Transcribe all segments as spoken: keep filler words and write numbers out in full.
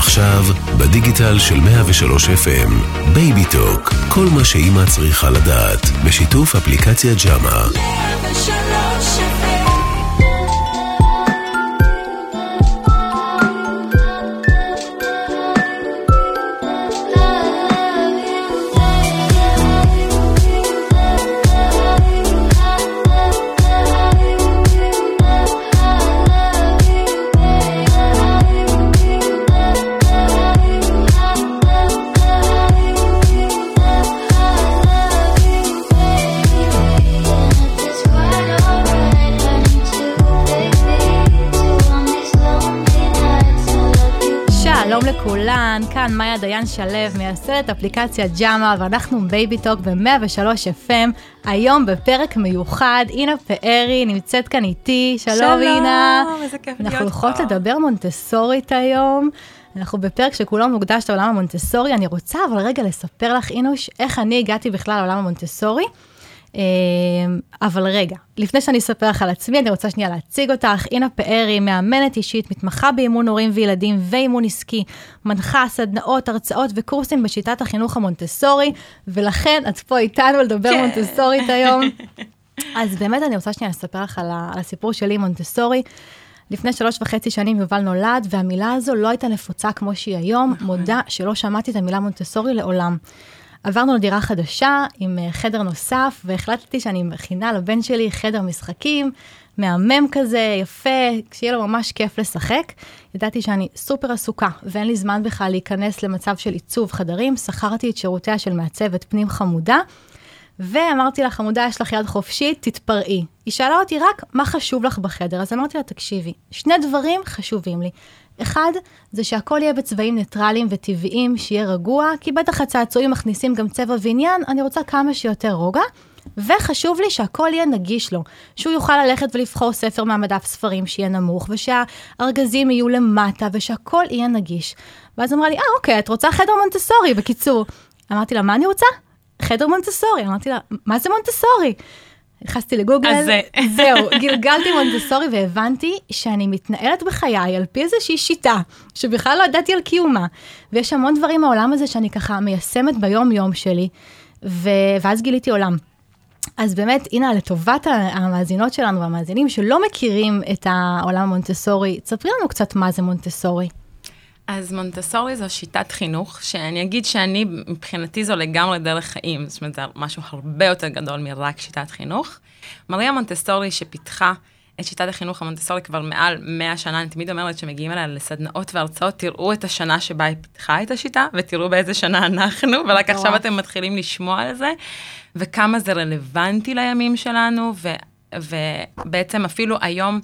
עכשיו, בדיגיטל של מאה ושלוש אף אם, בייבי טוק, כל מה שאימא צריכה לדעת, בשיתוף אפליקציה ג'אמה. מאה ושלוש אף אם שלום לכולן, כאן מאיה דיין שלב, מייסדת אפליקציה ג'אמה, ואנחנו בייבי טוק ב-מאה ושלוש אף אם, היום בפרק מיוחד. אינה פארי נמצאת כאן איתי, שלום, שלום אינה. שלום, איזה כיף להיות פה. אנחנו הולכות לדבר מונטסורית היום, אנחנו בפרק שכולו מוקדש לעולם המונטסורי. אני רוצה אבל רגע לספר לך, אינוש, איך אני הגעתי בכלל לעולם המונטסורי. אבל רגע, לפני שאני אספר לך על עצמי, אני רוצה שנייה להציג אותך. אינה פארי, מאמנת אישית, מתמחה באימון הורים וילדים ואימון עסקי, מנחה סדנאות, הרצאות וקורסים בשיטת החינוך המונטסורי, ולכן את פה איתנו לדבר מונטסורית היום. אז באמת אני רוצה שנייה לספר לך על הסיפור שלי מונטסורי. לפני שלוש וחצי שנים יובל נולד, והמילה הזו לא הייתה נפוצה כמו שהיא היום. מודה שלא שמעתי את המילה מונטסורי לעולם. עברנו לדירה חדשה עם חדר נוסף, והחלטתי שאני מכינה לבן שלי חדר משחקים, מהמם כזה, יפה, כשיהיה לו ממש כיף לשחק. ידעתי שאני סופר עסוקה, ואין לי זמן בכלל להיכנס למצב של עיצוב חדרים. שכרתי את שירותיה של מעצבת פנים חמודה, ואמרתי לה, חמודה, יש לך יד חופשית, תתפרעי. היא שאלה אותי רק מה חשוב לך בחדר, אז אמרתי לה, תקשיבי, שני דברים חשובים לי. אחד, זה שהכל יהיה בצבעים ניטרליים וטבעיים, שיהיה רגוע, כי בטח הצעצועים מכניסים גם צבע ועניין, אני רוצה כמה שיותר רוגע, וחשוב לי שהכל יהיה נגיש לו, שהוא יוכל ללכת ולבחור ספר מהמדף ספרים שיהיה נמוך, ושהארגזים יהיו למטה, ושהכל יהיה נגיש. ואז אמרה לי, אה, אוקיי, את רוצה חדר מונטסורי, בקיצור. אמרתי לה, מה אני רוצה? חדר מונטסורי. אמרתי לה, מה זה מונטסורי? נכנסתי לגוגל, זהו, גלגלתי מונטסורי והבנתי שאני מתנהלת בחיי על פי איזושהי שיטה, שבכלל לא ידעתי על קיומה, ויש המון דברים מהעולם הזה שאני ככה מיישמת ביום יום שלי, ו... ואז גיליתי עולם. אז באמת, הנה, לטובת המאזינות שלנו והמאזינים שלא מכירים את העולם המונטסורי, תספרי לנו קצת מה זה מונטסורי. אז מונטסורי זו שיטת חינוך, שאני אגיד שאני, מבחינתי זו לגמרי דרך חיים, זאת אומרת, זה משהו הרבה יותר גדול מרק שיטת חינוך. מריה מונטסורי שפיתחה את שיטת החינוך המונטסורי כבר מעל מאה שנה, אני תמיד אומרת שמגיעים אליה לסדנאות והרצאות, תראו את השנה שבה היא פיתחה את השיטה, ותראו באיזה שנה אנחנו, ורק עכשיו אתם מתחילים לשמוע על זה, וכמה זה רלוונטי לימים שלנו, ו, ובעצם אפילו היום,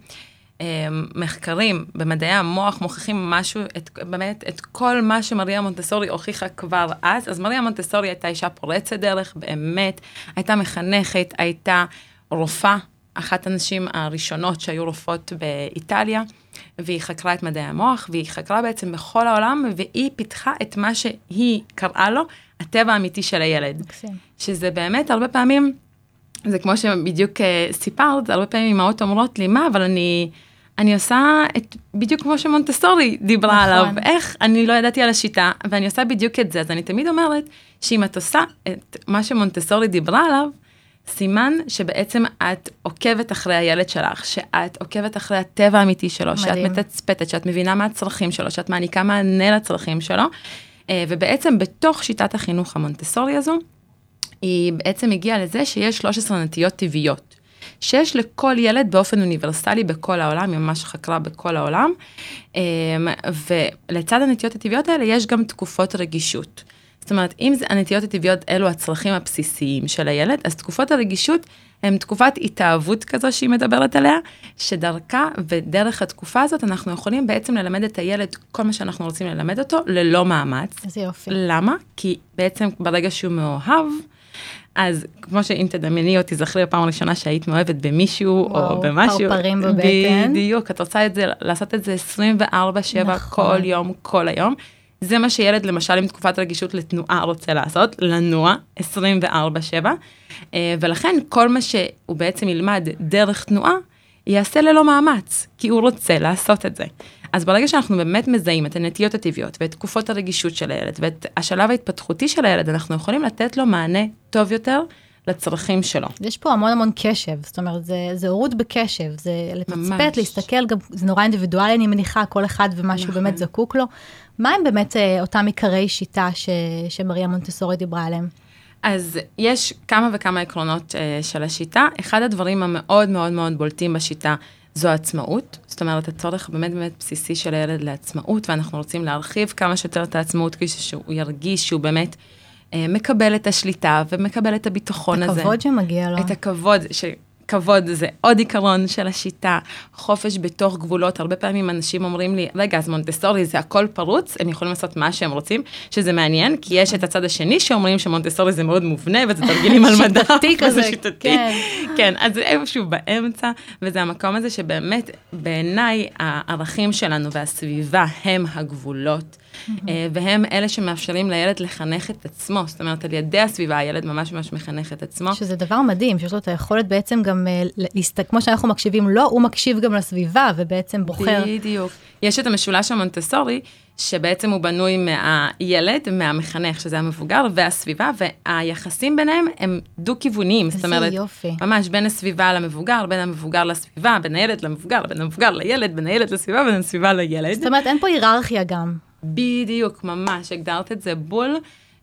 מחקרים במדעי המוח מוכיחים משהו, את, באמת, את כל מה שמריה מונטסורי הוכיחה כבר אז. אז מריה מונטסורי הייתה אישה פורצת דרך, באמת, הייתה מחנכת, הייתה רופאה, אחת הנשים הראשונות שהיו רופאות באיטליה, והיא חקרה את מדעי המוח, והיא חקרה בעצם בכל העולם, והיא פיתחה את מה שהיא קראה לו, הטבע האמיתי של הילד. שזה באמת הרבה פעמים, זה כמו שבדיוק סיפרת, הרבה פעמים אמהות אומרות לי, מה, אבל אני, אני עושה את, בדיוק כמו שמונטסורי דיברה נכון. עליו, איך, אני לא ידעתי על השיטה, ואני עושה בדיוק את זה, אז אני תמיד אומרת, שאם את עושה את מה שמונטסורי דיברה עליו, סימן שבעצם את עוקבת אחרי הילד שלך, שאת עוקבת אחרי הטבע האמיתי שלו, מדהים. שאת מתצפתת, שאת מבינה מה הצרכים שלו, שאת מעניקה מענה לצרכים שלו, ובעצם בתוך שיטת החינוך המונטסורי הזו, היא בעצם הגיעה לזה שיש שלוש עשרה נטיות טבעיות, שיש לכל ילד באופן אוניברסלי בכל העולם, היא ממש חקרה בכל העולם, ולצד הנטיות הטבעיות האלה יש גם תקופות רגישות. זאת אומרת, אם זה, הנטיות הטבעיות אלו הצרכים הבסיסיים של הילד, אז תקופות הרגישות הן תקופת התאהבות כזו שהיא מדברת עליה, שדרכה ודרך התקופה הזאת אנחנו יכולים בעצם ללמד את הילד כל מה שאנחנו רוצים ללמד אותו, ללא מאמץ. איזה יופי. למה? כי בעצם ברגע שהוא מאוהב, אז כמו שאם תדמייני או תזכרי בפעם הראשונה שהיית מאוהבת במישהו וואו, או במשהו. פרפרים בבטן. בדיוק, את רוצה את זה, לעשות את זה עשרים וארבע שבע נכון. כל יום, כל היום. זה מה שילד למשל עם תקופת רגישות לתנועה רוצה לעשות, לנוע עשרים וארבע שבע, ולכן כל מה שהוא בעצם ילמד דרך תנועה, יעשה ללא מאמץ, כי הוא רוצה לעשות את זה. אז ברגע שאנחנו באמת מזהים את הנטיות הטבעיות, ואת תקופות הרגישות של הילד, ואת השלב ההתפתחותי של הילד, אנחנו יכולים לתת לו מענה טוב יותר לצרכים שלו. יש פה המון המון קשב, זאת אומרת, זה, זה הורות בקשב, זה לתצפת, להסתכל, גם, זה נורא אינדיבידואלי, אני מניחה, כל אחד ומה שהוא באמת זקוק לו. מה הם באמת אותם עיקרי שיטה ש, שמריה מונטסורי דיברה עליהם? אז יש כמה וכמה עקרונות uh, של השיטה. אחד הדברים המאוד מאוד מאוד בולטים בשיטה, זו העצמאות. זאת אומרת, הצורך באמת באמת בסיסי של הילד לעצמאות, ואנחנו רוצים להרחיב כמה שיותר את העצמאות, כדי שהוא ירגיש שהוא באמת uh, מקבל את השליטה, ומקבל את הביטחון הזה. את הכבוד שמגיע לו. את הכבוד, שכבוד זה עוד עיקרון של השיטה, חופש בתוך גבולות. הרבה פעמים אנשים אומרים לי, רגע, אז מונטסורי זה הכל פרוץ, הם יכולים לעשות מה שהם רוצים, שזה מעניין, כי יש את הצד השני שאומרים שמונטסורי זה מאוד מובנה, וזה תרגילים על מדע. שיטתי כזה, כן. כן, אז זה איפשהו באמצע, וזה המקום הזה שבאמת, בעיניי, הערכים שלנו והסביבה הם הגבולות, והם אלה שמאפשרים לילד לחנך את עצמו, זאת אומרת, על ידי הסביבה, הילד ממש ממש מחנך את עצמו. שזה דבר מדהים, שיש לו את היכולת בעצם גם, כמו שאנחנו מקשיבים לו, הוא מקשיב גם לסביבה, ובעצם בוחר. בדיוק. יש את המשולש המונטסורי, שבעצם הוא בנוי מהילד, מהמחנך, שזה המבוגר, והסביבה, והיחסים ביניהם הם דו-כיווניים. זאת אומרת, יופי. ממש בין הסביבה למבוגר, בין המבוגר לסביבה, בין הילד למבוגר, בין המבוגר לילד, בין הילד לסביבה, בין הסביבה לילד. זאת אומרת, אין פה היררכיה גם. בדיוק, ממש, הגדרת את זה בול.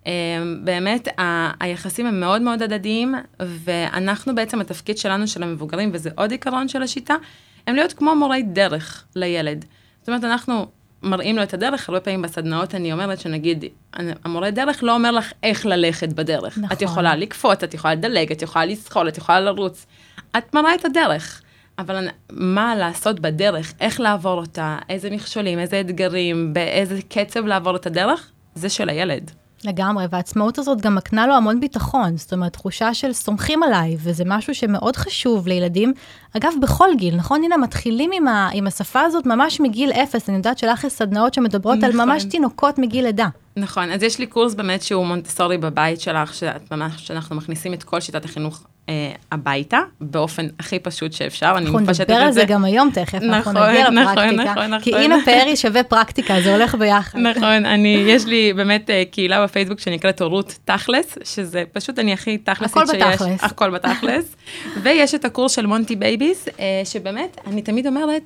באמת, ה- היחסים הם מאוד מאוד הדדיים, ואנחנו בעצם, התפקיד שלנו, של המבוגרים, וזה עוד עיקרון של השיטה, הם להיות כמו מורי דרך לילד. זאת אומרת, אנחנו מראים לו את הדרך, הרבה פעמים בסדנאות אני אומרת שנגיד, המורה דרך לא אומר לך איך ללכת בדרך. נכון. את יכולה לקפוץ, את יכולה לדלג, את יכולה לסחול, את יכולה לרוץ. את מראה את הדרך. אבל מה לעשות בדרך, איך לעבור אותה, איזה מכשולים, איזה אתגרים, באיזה קצב לעבור את הדרך, זה של הילד. לגמרי, והעצמאות הזאת גם מקנה לו המון ביטחון, זאת אומרת, תחושה של סומכים עליי, וזה משהו שמאוד חשוב לילדים, אגב, בכל גיל, נכון? הנה, מתחילים עם, ה, עם השפה הזאת ממש מגיל אפס, אני יודעת שלך יש סדנאות שמדברות נכון. על ממש תינוקות מגיל לידה. נכון, אז יש לי קורס באמת שהוא מונטסורי בבית שלך, שאת ממש, שאנחנו מכניסים את כל שיטת החינוך אה, הביתה, באופן הכי פשוט שאפשר, אני מפשטת את זה. אנחנו נדבר על זה גם היום תכף, נכון, אנחנו נגיע נכון, לפרקטיקה, נכון, נכון. כי הנה פארי שווה פרקטיקה, זה הולך ביחד. נכון, אני, יש לי באמת קהילה בפייסבוק שנקראת הורות תכלס, שזה פשוט אני הכי תכלסית שיש. הכל בתכלס. הכל בתכלס. ויש את הקורס של מונטי בייביס, שבאמת, אני תמיד אומרת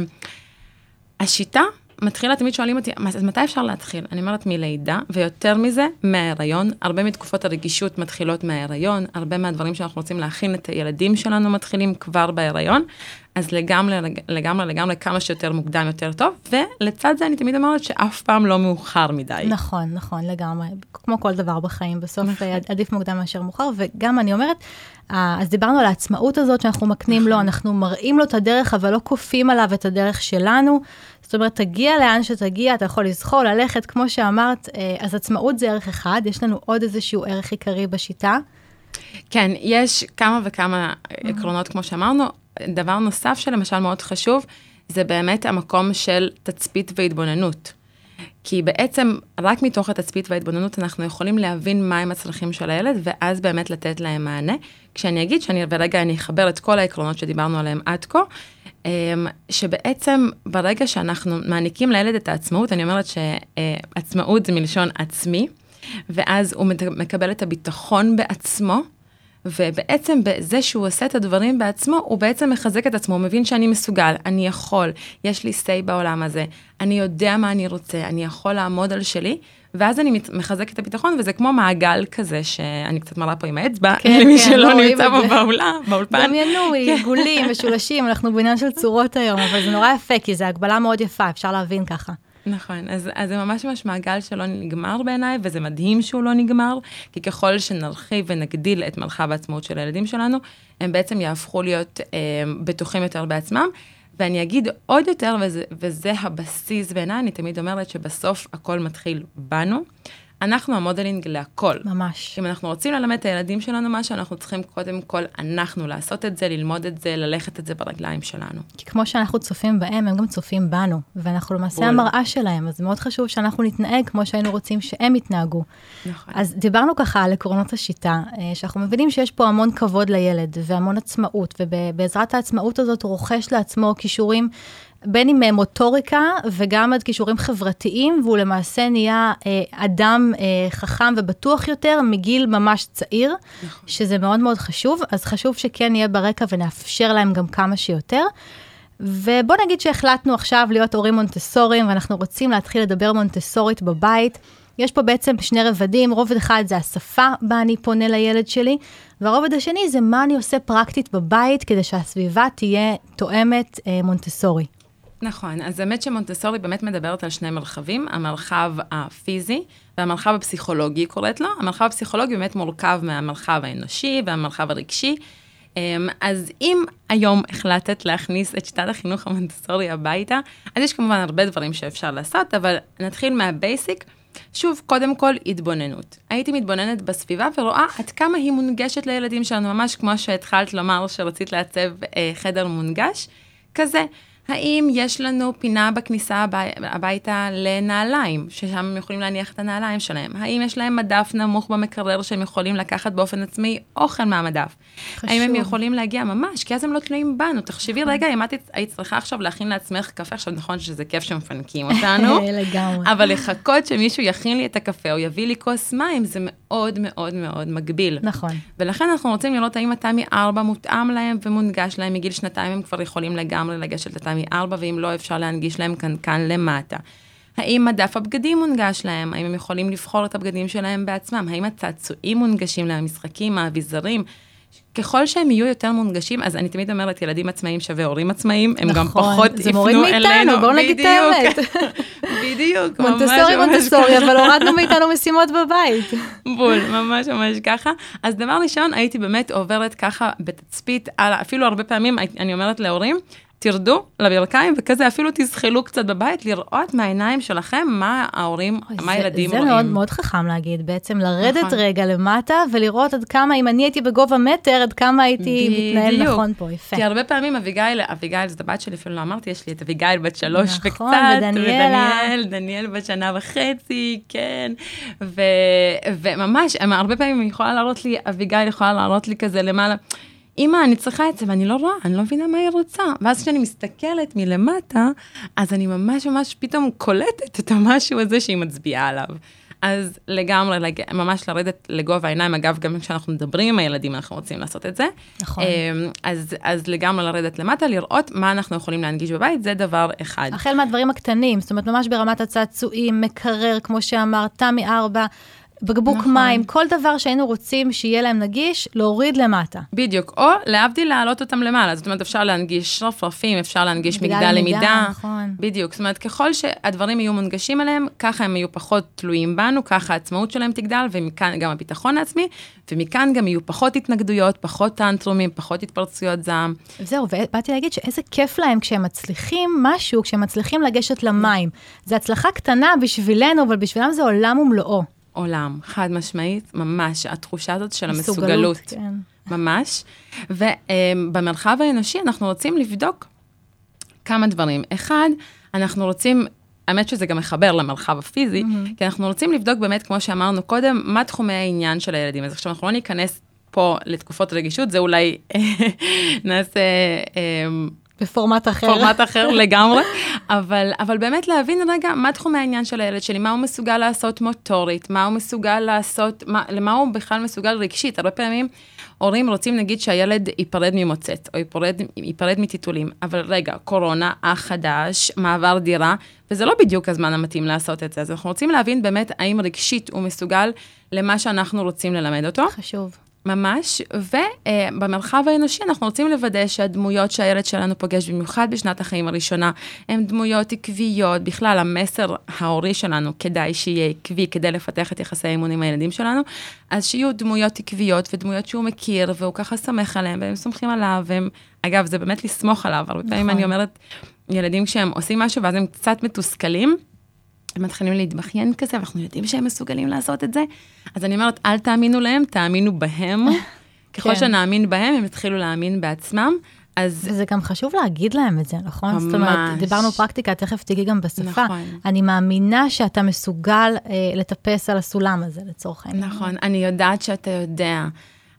שהשיטה, מתחילה, תמיד שואלים אותי, אז מתי אפשר להתחיל? אני אומרת מלידה, ויותר מזה, מההיריון. הרבה מתקופות הרגישות מתחילות מההיריון, הרבה מהדברים שאנחנו רוצים להכין את הילדים שלנו מתחילים כבר בהיריון, אז לגמרי, לגמרי, לגמרי, כמה שיותר מוקדם יותר טוב, ולצד זה אני תמיד אומרת שאף פעם לא מאוחר מדי. נכון, נכון, לגמרי. כמו כל דבר בחיים, בסוף עדיף מוקדם מאשר מאוחר, וגם אני אומרת, אז דיברנו על העצמאות הזאת שאנחנו מקנים לו, אנחנו מראים לו את הדרך, אבל לא כופים עליו את הדרך שלנו, זאת אומרת, תגיע לאן שתגיע, אתה יכול לזחול, ללכת, כמו שאמרת, אז עצמאות זה ערך אחד, יש לנו עוד איזשהו ערך עיקרי בשיטה. כן, יש כמה וכמה עקרונות, כמו שאמרנו, דבר נוסף שלמשל מאוד חשוב, זה באמת המקום של תצפית והתבוננות. כי בעצם רק מתוך התצפית וההתבוננות אנחנו יכולים להבין מהם הצרכים של הילד, ואז באמת לתת להם מענה. כשאני אגיד שאני, ורגע אני אחבר את כל העקרונות שדיברנו עליהם עד כה, שבעצם ברגע שאנחנו מעניקים לילד את העצמאות, אני אומרת שעצמאות זה מלשון עצמי, ואז הוא מקבל את הביטחון בעצמו, ובעצם בזה שהוא עושה את הדברים בעצמו, הוא בעצם מחזק את עצמו, הוא מבין שאני מסוגל, אני יכול, יש לי say בעולם הזה, אני יודע מה אני רוצה, אני יכול לעמוד על שלי, ואז אני מחזק את הביטחון, וזה כמו מעגל כזה, שאני קצת מראה פה עם האצבע, כן, למי כן, שלא נמצא בו באולם, באולפן. דמיינו, עיגולים, משולשים, אנחנו בעניין של צורות היום, אבל זה נורא יפה, כי זו הגבלה מאוד יפה, אפשר להבין ככה. נכון, אז, אז זה ממש ממש מעגל שלא נגמר בעיניי, וזה מדהים שהוא לא נגמר, כי ככל שנרחיב ונגדיל את מרחב העצמאות של הילדים שלנו, הם בעצם יהפכו להיות אה, בטוחים יותר בעצמם, ואני אגיד עוד יותר, וזה, וזה הבסיס בעיניי, אני תמיד אומרת שבסוף הכל מתחיל בנו, אנחנו המודלינג להכל. ממש. אם אנחנו רוצים ללמד את הילדים שלנו משהו, אנחנו צריכים קודם כל אנחנו לעשות את זה, ללמוד את זה, ללכת את זה ברגליים שלנו. כי כמו שאנחנו צופים בהם, הם גם צופים בנו, ואנחנו למעשה המראה שלהם, אז מאוד חשוב שאנחנו נתנהג כמו שהיינו רוצים שהם יתנהגו. נכון. אז דיברנו ככה על עקרונות השיטה, שאנחנו מבינים שיש פה המון כבוד לילד, והמון עצמאות, ובעזרת העצמאות הזאת הוא רוכש לעצמו כישורים, בין עם מוטוריקה וגם עד כישורים חברתיים, והוא למעשה נהיה אה, אדם אה, חכם ובטוח יותר מגיל ממש צעיר, נכון. שזה מאוד מאוד חשוב, אז חשוב שכן יהיה ברקע ונאפשר להם גם כמה שיותר. ובוא נגיד שהחלטנו עכשיו להיות הורים מונטסוריים, ואנחנו רוצים להתחיל לדבר מונטסורית בבית. יש פה בעצם שני רבדים, רובד אחד זה השפה בה אני פונה לילד שלי, והרובד השני זה מה אני עושה פרקטית בבית, כדי שהסביבה תהיה תואמת אה, מונטסורי. נכון, אז האמת שמונטסורי באמת מדברת על שני מרחבים, המרחב הפיזי והמרחב הפסיכולוגי קוראת לו. המרחב הפסיכולוגי באמת מורכב מהמרחב האנושי והמרחב הרגשי. אז אם היום החלטת להכניס את שיטת החינוך המונטסורי הביתה, אז יש כמובן הרבה דברים שאפשר לעשות, אבל נתחיל מהבייסיק. שוב, קודם כל, התבוננות. הייתי מתבוננת בסביבה ורואה עד כמה היא מונגשת לילדים שלנו, ממש כמו שהתחלת לומר שרצית לעצב אה, חדר מונגש, כזה. האם יש לנו פינה בכניסה הבי... הביתה לנעליים, ששם הם יכולים להניח את הנעליים שלהם? האם יש להם מדף נמוך במקרר שהם יכולים לקחת באופן עצמי אוכל מהמדף? חשוב. האם הם יכולים להגיע ממש? כי אז הם לא תלויים בנו. תחשבי רגע, אם את היית צריכה עכשיו להכין לעצמך קפה, עכשיו נכון שזה כיף שמפנקים אותנו, אבל לחכות שמישהו יכין לי את הקפה או יביא לי כוס מים, זה מאוד מאוד מאוד מגביל. נכון. ולכן אנחנו רוצים לראות האם התמי ארבע מותאם להם ומונגש להם. מגיל שנתיים הם כבר יכולים לגמרי לגשת לתמי ארבע, ואם לא אפשר להנגיש להם כאן, כאן למטה. האם מדף הבגדים מונגש להם? האם הם יכולים לבחור את הבגדים שלהם בעצמם? האם הצעצועים מונגשים להם? המשחקים, האביזרים? ככל שהם יהיו יותר מונגשים, אז אני תמיד אומרת, ילדים עצמאיים שווה הורים עצמאים, הם גם פחות יפנו אלינו. בואו נגיד את האמת. בדיוק. מונטסורי, מונטסורי, אבל הורדנו מאיתנו משימות בבית. בול, ממש ממש ככה. אז דבר ראשון, הייתי באמת עוברת ככה בתצפית, אפילו הרבה פעמים אני אומרת להורים, תרדו לברכיים, וכזה אפילו תזחלו קצת בבית, לראות מהעיניים שלכם מה ההורים, מה הילדים רואים. זה מאוד מאוד חכם להגיד, בעצם לרדת רגע למטה, ולראות עד כמה, אם אני הייתי בגובה מטר, עד כמה הייתי מתנהל נכון פה, יפה. כי הרבה פעמים אביגיל, אביגיל זאת הבת שלי, אפילו לא אמרתי, יש לי את אביגיל בת שלוש וקצת, ודניאל, דניאל בת שנה וחצי, כן, וממש, הרבה פעמים היא יכולה להראות לי, אביגיל יכולה להראות לי כזה למעלה, אמא, אני צריכה את זה, ואני לא רואה, אני לא מבינה מה היא רוצה. ואז כשאני מסתכלת מלמטה, אז אני ממש ממש פתאום קולטת את המשהו הזה שהיא מצביעה עליו. אז לגמרי, ממש לרדת לגובה העיניים, אגב, גם כשאנחנו מדברים עם הילדים, אנחנו רוצים לעשות את זה. נכון. אז, אז לגמרי לרדת למטה, לראות מה אנחנו יכולים להנגיש בבית, זה דבר אחד. החל מהדברים הקטנים, זאת אומרת, ממש ברמת הצעצועים, מקרר, כמו שאמר, תמי ארבע, בקבוק נכון. מים, כל דבר שהיינו רוצים שיהיה להם נגיש, להוריד למטה. בדיוק, או להבדיל להעלות אותם למעלה, זאת אומרת, אפשר להנגיש רפרפים, אפשר להנגיש מגדל למידה. למידה, נכון. בדיוק, זאת אומרת, ככל שהדברים יהיו מונגשים עליהם, ככה הם יהיו פחות תלויים בנו, ככה העצמאות שלהם תגדל, ומכאן גם הביטחון העצמי, ומכאן גם יהיו פחות התנגדויות, פחות טנטרומים, פחות התפרצויות זעם. זהו, ובאתי להגיד שאיזה כיף להם כשהם מצליחים משהו, כשהם מצליחים לגשת למים. זו הצלחה קטנה בשבילנו, אבל בשבילם זה עולם ומלואו. עולם, חד משמעית, ממש, התחושה הזאת של המסוגלות, כן. ממש. ובמרחב האנושי אנחנו רוצים לבדוק כמה דברים. אחד, אנחנו רוצים, האמת שזה גם מחבר למרחב הפיזי, mm-hmm. כי אנחנו רוצים לבדוק באמת, כמו שאמרנו קודם, מה תחומי העניין של הילדים. אז עכשיו אנחנו לא ניכנס פה לתקופות רגישות, זה אולי נעשה... בפורמט אחר. פורמט אחר לגמרי, אבל, אבל באמת להבין רגע מה תחום העניין של הילד שלי, מה הוא מסוגל לעשות מוטורית, מה הוא מסוגל לעשות, מה, למה הוא בכלל מסוגל רגשית. הרבה פעמים הורים רוצים נגיד שהילד ייפרד ממוצאת, או ייפרד, ייפרד מטיטולים, אבל רגע, קורונה, אח חדש, מעבר דירה, וזה לא בדיוק הזמן המתאים לעשות את זה. אז אנחנו רוצים להבין באמת האם רגשית הוא מסוגל למה שאנחנו רוצים ללמד אותו. חשוב. ממש, ובמרחב האנושי אנחנו רוצים לוודא שהדמויות שהילד שלנו פוגש, במיוחד בשנת החיים הראשונה, הן דמויות עקביות. בכלל, המסר ההורי שלנו כדאי שיהיה עקבי, כדי לפתח את יחסי האמון עם הילדים שלנו, אז שיהיו דמויות עקביות ודמויות שהוא מכיר, והוא ככה סומך עליהם, והם סומכים עליו, והם, אגב, זה באמת לסמוך עליו. הרבה פעמים אני אומרת, ילדים כשהם עושים משהו, ואז הם קצת מתוסכלים, הם מתחילים להתבכיין כזה, ואנחנו יודעים שהם מסוגלים לעשות את זה. אז אני אומרת, אל תאמינו להם, תאמינו בהם. ככל שנאמין בהם, הם יתחילו להאמין בעצמם. אז... וזה גם חשוב להגיד להם את זה, נכון? ממש. זאת אומרת, דיברנו פרקטיקה, תכף תגיעי גם בשפה. נכון. אני מאמינה שאתה מסוגל אה, לטפס על הסולם הזה, לצורך העניין. נכון, אני יודעת שאתה יודע.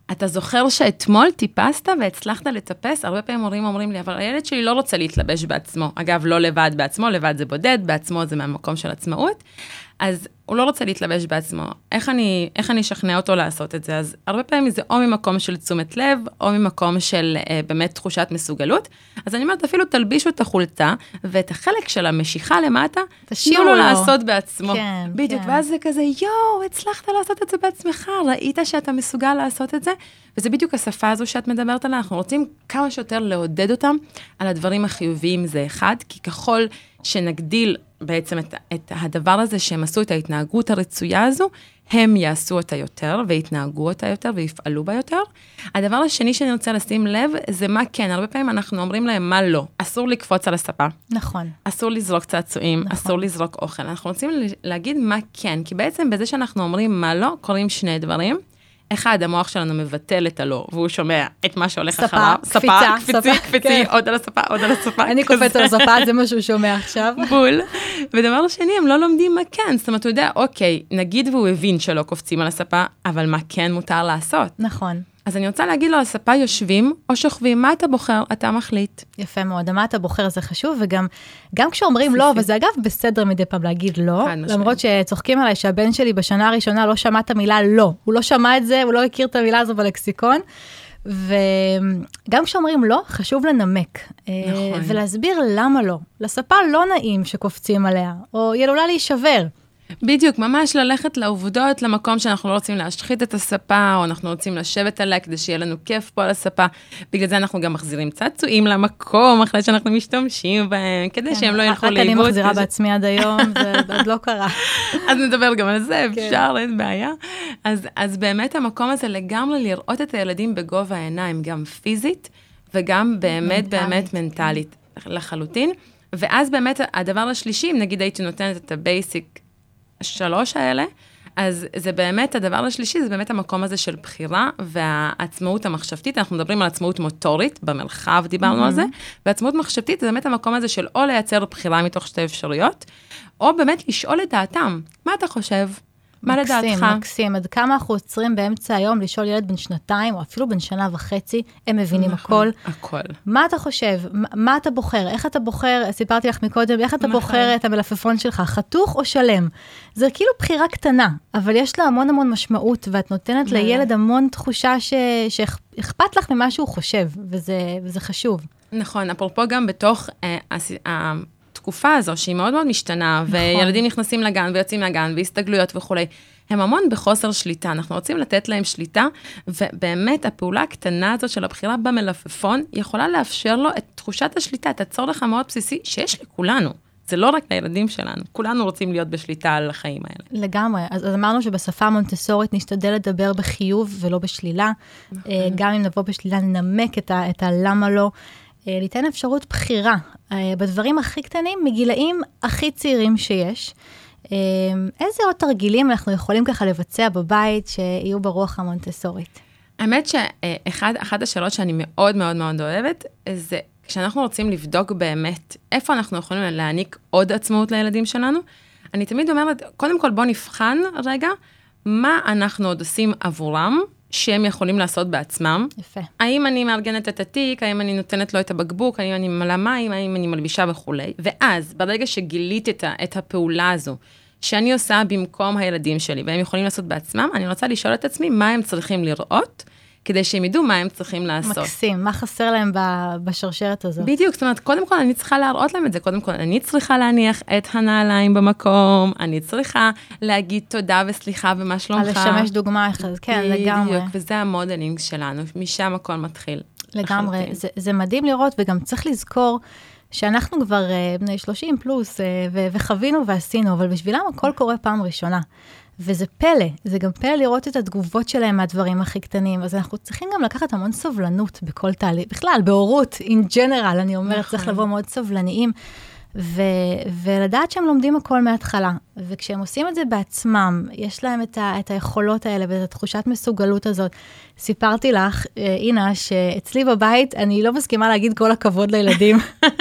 אתה זוכר שאתמול טיפסת והצלחת לטפס? הרבה פעמים הורים אומרים לי, אבל הילד שלי לא רוצה להתלבש בעצמו. אגב, לא לבד בעצמו, לבד זה בודד, בעצמו זה מהמקום של עצמאות. אז הוא לא רוצה להתלבש בעצמו. איך אני, איך אני אשכנע אותו לעשות את זה? אז הרבה פעמים זה או ממקום של תשומת לב, או ממקום של אה, באמת תחושת מסוגלות. אז אני אומרת, אפילו תלבישו את החולצה, ואת החלק של המשיכה למטה, תנו לו לעשות בעצמו. כן, בדיוק, כן. ואז זה כזה, יואו, הצלחת לעשות את זה בעצמך, ראית שאתה מסוגל לעשות את זה? וזה בדיוק השפה הזו שאת מדברת עליה, אנחנו רוצים כמה שיותר לעודד אותם על הדברים החיוביים, זה אחד, כי ככל שנגדיל בעצם את, את הדבר הזה שהם עשו את ההתנהגות הרצויה הזו, הם יעשו אותה יותר, ויתנהגו אותה יותר, ויפעלו בה יותר. הדבר השני שאני רוצה לשים לב, זה מה כן, הרבה פעמים אנחנו אומרים להם מה לא. אסור לקפוץ על הספה. נכון. אסור לזרוק צעצועים, נכון. אסור לזרוק אוכל. אנחנו רוצים להגיד מה כן, כי בעצם בזה שאנחנו אומרים מה לא, קוראים שני דברים. אחד, המוח שלנו מבטל את הלא, והוא שומע את מה שהולך ספה, אחריו. קפיצה, ספה, קפיצי, ספה, קפיצי, כן. עוד על הספה, עוד על הספה. אני קופץ על הספה, זה מה שהוא שומע עכשיו. בול. ודבר שני, הם לא לומדים מה כן. זאת אומרת, הוא יודע, אוקיי, נגיד והוא הבין שלא קופצים על הספה, אבל מה כן מותר לעשות? נכון. אז אני רוצה להגיד לו, הספה יושבים או שוכבים, מה אתה בוחר? אתה מחליט. יפה מאוד, מה אתה בוחר זה חשוב, וגם גם כשאומרים לא, וזה אגב בסדר מדי פעם להגיד לא, למרות שצוחקים עליי שהבן שלי בשנה הראשונה לא שמע את המילה לא, הוא לא שמע את זה, הוא לא הכיר את המילה הזו בלקסיקון, וגם כשאומרים לא, חשוב לנמק, נכון. ולהסביר למה לא. לספה לא נעים שקופצים עליה, או היא עלולה להישבר. בדיוק, ממש ללכת לעובדות, למקום שאנחנו לא רוצים להשחית את הספה, או אנחנו רוצים לשבת עליה כדי שיהיה לנו כיף פה על הספה. בגלל זה אנחנו גם מחזירים צעצועים למקום, אחרי שאנחנו משתמשים בהם, כדי כן, שהם לא ילכו לאיבוד. רק אני מחזירה בעצמי עד היום, זה עוד לא קרה. אז נדבר גם על זה, כן. אפשר, אין בעיה. אז, אז באמת המקום הזה לגמרי לראות את הילדים בגובה העיניים, גם פיזית, וגם באמת, מנטלית. באמת מנטלית לחלוטין. ואז באמת הדבר השלישי, אם נגיד הייתי נותנת את הבייסיק, שלוש האלה, אז זה באמת, הדבר השלישי, זה באמת המקום הזה של בחירה, והעצמאות המחשבתית, אנחנו מדברים על עצמאות מוטורית, במרחב דיברנו mm-hmm. על זה, ועצמאות מחשבתית, זה באמת המקום הזה של או לייצר בחירה מתוך שתי אפשרויות, או באמת לשאול את דעתם, מה אתה חושב? מה לדעתך? מקסים, מקסים. עד כמה אנחנו עוצרים באמצע היום לשאול ילד בן שנתיים, או אפילו בן שנה וחצי, הם מבינים הכל. הכל. מה אתה חושב? מה אתה בוחר? איך אתה בוחר? סיפרתי לך מקודם, איך אתה בוחר את המלפפון שלך? חתוך או שלם? זה כאילו בחירה קטנה, אבל יש לה המון המון משמעות, ואת נותנת לילד המון תחושה שאכפת לך ממה שהוא חושב, וזה חשוב. נכון, אפרופו גם בתוך התקופה הזו, שהיא מאוד מאוד משתנה, וילדים נכנסים לגן ויוצאים מהגן, והסתגלויות וכו'. הם המון בחוסר שליטה, אנחנו רוצים לתת להם שליטה, ובאמת הפעולה הקטנה הזאת של הבחירה במלפפון, יכולה לאפשר לו את תחושת השליטה, את הצורך המאוד בסיסי שיש לכולנו. זה לא רק לילדים שלנו, כולנו רוצים להיות בשליטה על החיים האלה. לגמרי, אז, אז אמרנו שבשפה המונטסורית נשתדל לדבר בחיוב ולא בשלילה, נכון. גם אם נבוא בשלילה ננמק את, ה, את הלמה לא, ליתן אפשרות בחירה, בדברים הכי קטנים, מגילאים הכי צעירים שיש, איזה עוד תרגילים אנחנו יכולים ככה לבצע בבית שיהיו ברוח המונטסורית? האמת שאחת השאלות שאני מאוד מאוד מאוד אוהבת, זה כשאנחנו רוצים לבדוק באמת איפה אנחנו יכולים להעניק עוד עצמאות לילדים שלנו, אני תמיד אומרת, קודם כל בוא נבחן רגע, מה אנחנו עוד עושים עבורם, שהם יכולים לעשות בעצמם. יפה. האם אני מארגנת את התיק, האם אני נותנת לו את הבקבוק, האם אני מלאה מים, האם אני מלבישה וכולי. ואז, ברגע שגילית את, את הפעולה הזו, שאני עושה במקום הילדים שלי, והם יכולים לעשות בעצמם, אני רוצה לשאול את עצמי מה הם צריכים לראות, כדי שהם ידעו מה הם צריכים לעשות. מקסים, מה חסר להם בשרשרת הזאת? בדיוק, זאת אומרת, קודם כל אני צריכה להראות להם את זה, קודם כל אני צריכה להניח את הנעליים במקום, אני צריכה להגיד תודה וסליחה ומה שלומך. על לשמש דוגמה אחת, כן, לגמרי. בדיוק, וזה המודלינג שלנו, משם הכל מתחיל. לגמרי, זה, זה מדהים לראות, וגם צריך לזכור שאנחנו כבר בני שלושים פלוס, וחווינו ועשינו, אבל בשבילם הכל קורה פעם ראשונה. וזה פלא, זה גם פלא לראות את התגובות שלהם מהדברים הכי קטנים, אז אנחנו צריכים גם לקחת המון סובלנות בכל תהליך, בכלל, בהורות, in general, אני אומרת, נכון. צריך לבוא מאוד סובלניים, ו- ולדעת שהם לומדים הכל מההתחלה, וכשהם עושים את זה בעצמם, יש להם את, ה- את היכולות האלה, ואת התחושת מסוגלות הזאת. סיפרתי לך, אינה, שאצלי בבית, אני לא מסכימה להגיד כל הכבוד לילדים,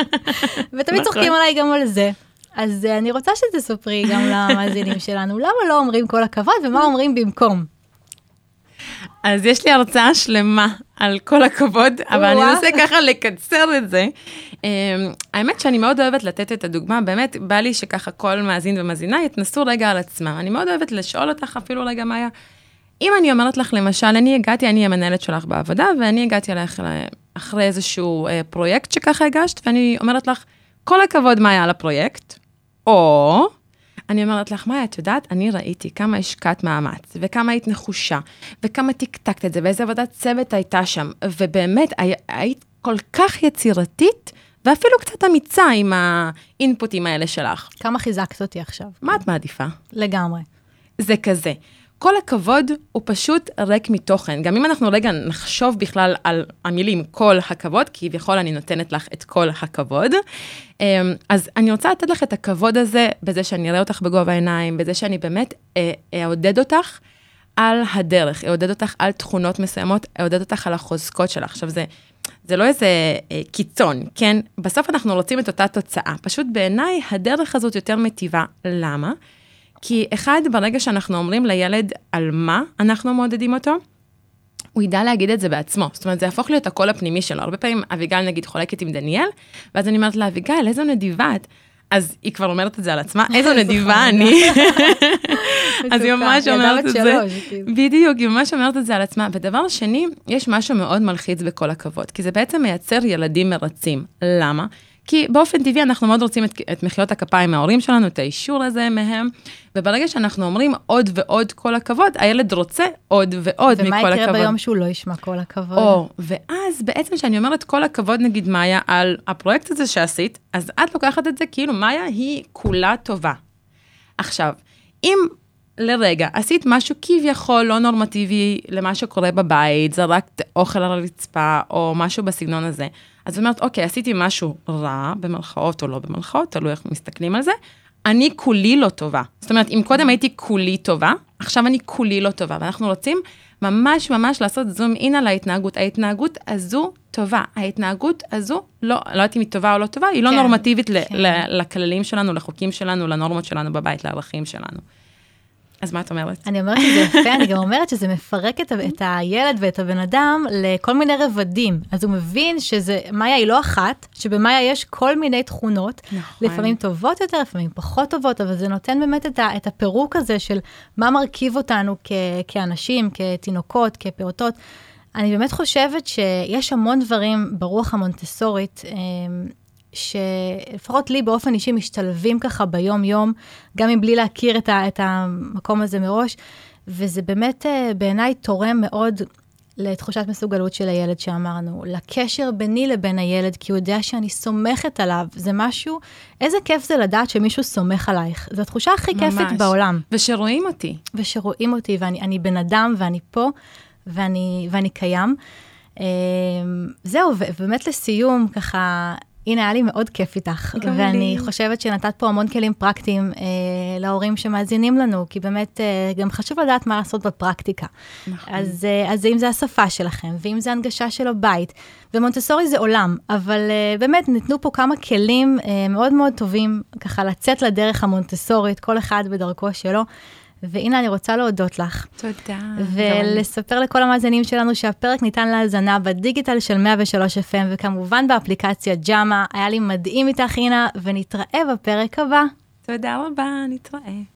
ותמיד צוחקים עליי גם על זה. אז אני רוצה שתספרי גם למאזינים שלנו, למה לא אומרים כל הכבוד, ומה אומרים במקום? אז יש לי הרצאה שלמה על כל הכבוד, אבל אני אנסה ככה לקצר את זה. האמת שאני מאוד אוהבת לתת את הדוגמה, באמת בא לי שככה כל מאזין ומאזינה יתנסו רגע על עצמם. אני מאוד אוהבת לשאול אותך אפילו רגע מה היה. אם אני אומרת לך למשל, אני הגעתי, אני המנהלת שלך בעבודה, ואני הגעתי אליך אחרי איזשהו פרויקט שככה הגשת, ואני אומרת לך, כל הכבוד מה היה על הפרויקט, או... אני אומרת לך, מה, את יודעת, אני ראיתי כמה השקעת מאמץ, וכמה היית נחושה, וכמה תקתקת את זה, ואיזה עבודת צוות הייתה שם, ובאמת, היית כל כך יצירתית, ואפילו קצת אמיצה עם האינפוטים האלה שלך. כמה חיזקת אותי עכשיו? מה את מעדיפה? לגמרי. זה כזה. כל הכבוד הוא פשוט ריק מתוכן. גם אם אנחנו רגע נחשוב בכלל על המילים כל הכבוד, כי כביכול אני נותנת לך את כל הכבוד, אז אני רוצה לתת לך את הכבוד הזה, בזה שאני אראה אותך בגובה העיניים, בזה שאני באמת אעודד אותך על הדרך, אעודד אותך על תכונות מסוימות, אעודד אותך על החוזקות שלך. עכשיו זה, זה לא איזה קיצון, כן? בסוף אנחנו רוצים את אותה תוצאה. פשוט בעיניי הדרך הזאת יותר מטיבה. למה? כי אחד, ברגע שאנחנו אומרים לילד על מה אנחנו מעודדים אותו, הוא ידע להגיד את זה בעצמו. זאת אומרת, זה יהפוך להיות הקול הפנימי שלו. הרבה פעמים אביגל, נגיד, חולקת עם דניאל, ואז אני אומרת לה, אביגל, איזו נדיבה את? אז היא כבר אומרת את זה על עצמה, איזו נדיבה אני. אז היא ממש אומרת את זה. בדיוק, היא ממש אומרת את זה על עצמה. ודבר שני, יש משהו מאוד מלחיץ בכל הכבוד, כי זה בעצם מייצר ילדים מרצים. למה? כי באופן טבעי אנחנו מאוד רוצים את, את מחיאות הכפיים מההורים שלנו, את האישור הזה מהם, וברגע שאנחנו אומרים עוד ועוד כל הכבוד, הילד רוצה עוד ועוד מכל הכבוד. ומה יקרה ביום שהוא לא ישמע כל הכבוד? או, ואז בעצם שאני אומרת כל הכבוד, נגיד מאיה, על הפרויקט הזה שעשית, אז את לוקחת את זה כאילו מאיה היא כולה טובה. עכשיו, אם לרגע עשית משהו כביכול לא נורמטיבי למה שקורה בבית, זרקת אוכל על הרצפה או משהו בסגנון הזה, אז אומרת, אוקיי, עשיתי משהו רע, במלכאות או לא במלכאות, תלוי איך מסתכלים על זה, אני כולי לא טובה. זאת אומרת, אם קודם הייתי כולי טובה, עכשיו אני כולי לא טובה, ואנחנו רוצים ממש ממש לעשות זום אין על ההתנהגות. ההתנהגות הזו טובה, ההתנהגות הזו, לא, לא יודעת אם היא טובה או לא טובה, היא לא נורמטיבית לכללים שלנו, לחוקים שלנו, לנורמות שלנו בבית, לערכים שלנו. אז מה את אומרת? אני אומרת שזה יפה, אני גם אומרת שזה מפרק את, את הילד ואת הבן אדם לכל מיני רבדים. אז הוא מבין שזה, מאיה היא לא אחת, שבמאיה יש כל מיני תכונות, נכון. לפעמים טובות יותר, לפעמים פחות טובות, אבל זה נותן באמת את, ה, את הפירוק הזה של מה מרכיב אותנו כ, כאנשים, כתינוקות, כפעוטות. אני באמת חושבת שיש המון דברים ברוח המונטסורית, שלפחות לי באופן אישי משתלבים ככה ביום-יום, גם אם בלי להכיר את, ה, את המקום הזה מראש, וזה באמת בעיניי תורם מאוד לתחושת מסוגלות של הילד שאמרנו, לקשר ביני לבין הילד, כי הוא יודע שאני סומכת עליו, זה משהו, איזה כיף זה לדעת שמישהו סומך עלייך, זו התחושה הכי ממש. כיפית בעולם. ושרואים אותי. ושרואים אותי, ואני אני בן אדם, ואני פה, ואני, ואני קיים. זהו, ובאמת לסיום, ככה, הנה, היה לי מאוד כיף איתך, ואני לי. חושבת שנתת פה המון כלים פרקטיים אה, להורים שמאזינים לנו, כי באמת אה, גם חשוב לדעת מה לעשות בפרקטיקה. נכון. אז, אה, אז אם זה השפה שלכם, ואם זה הנגשה של הבית, ומונטסורי זה עולם, אבל אה, באמת ניתנו פה כמה כלים אה, מאוד מאוד טובים, ככה לצאת לדרך המונטסורית, כל אחד בדרכו שלו, והנה אני רוצה להודות לך. תודה. ולספר לכל המאזינים שלנו שהפרק ניתן להאזנה בדיגיטל של מאה ושלוש אף אם, וכמובן באפליקציה ג'אמה. היה לי מדהים איתך, אינה, ונתראה בפרק הבא. תודה רבה, נתראה.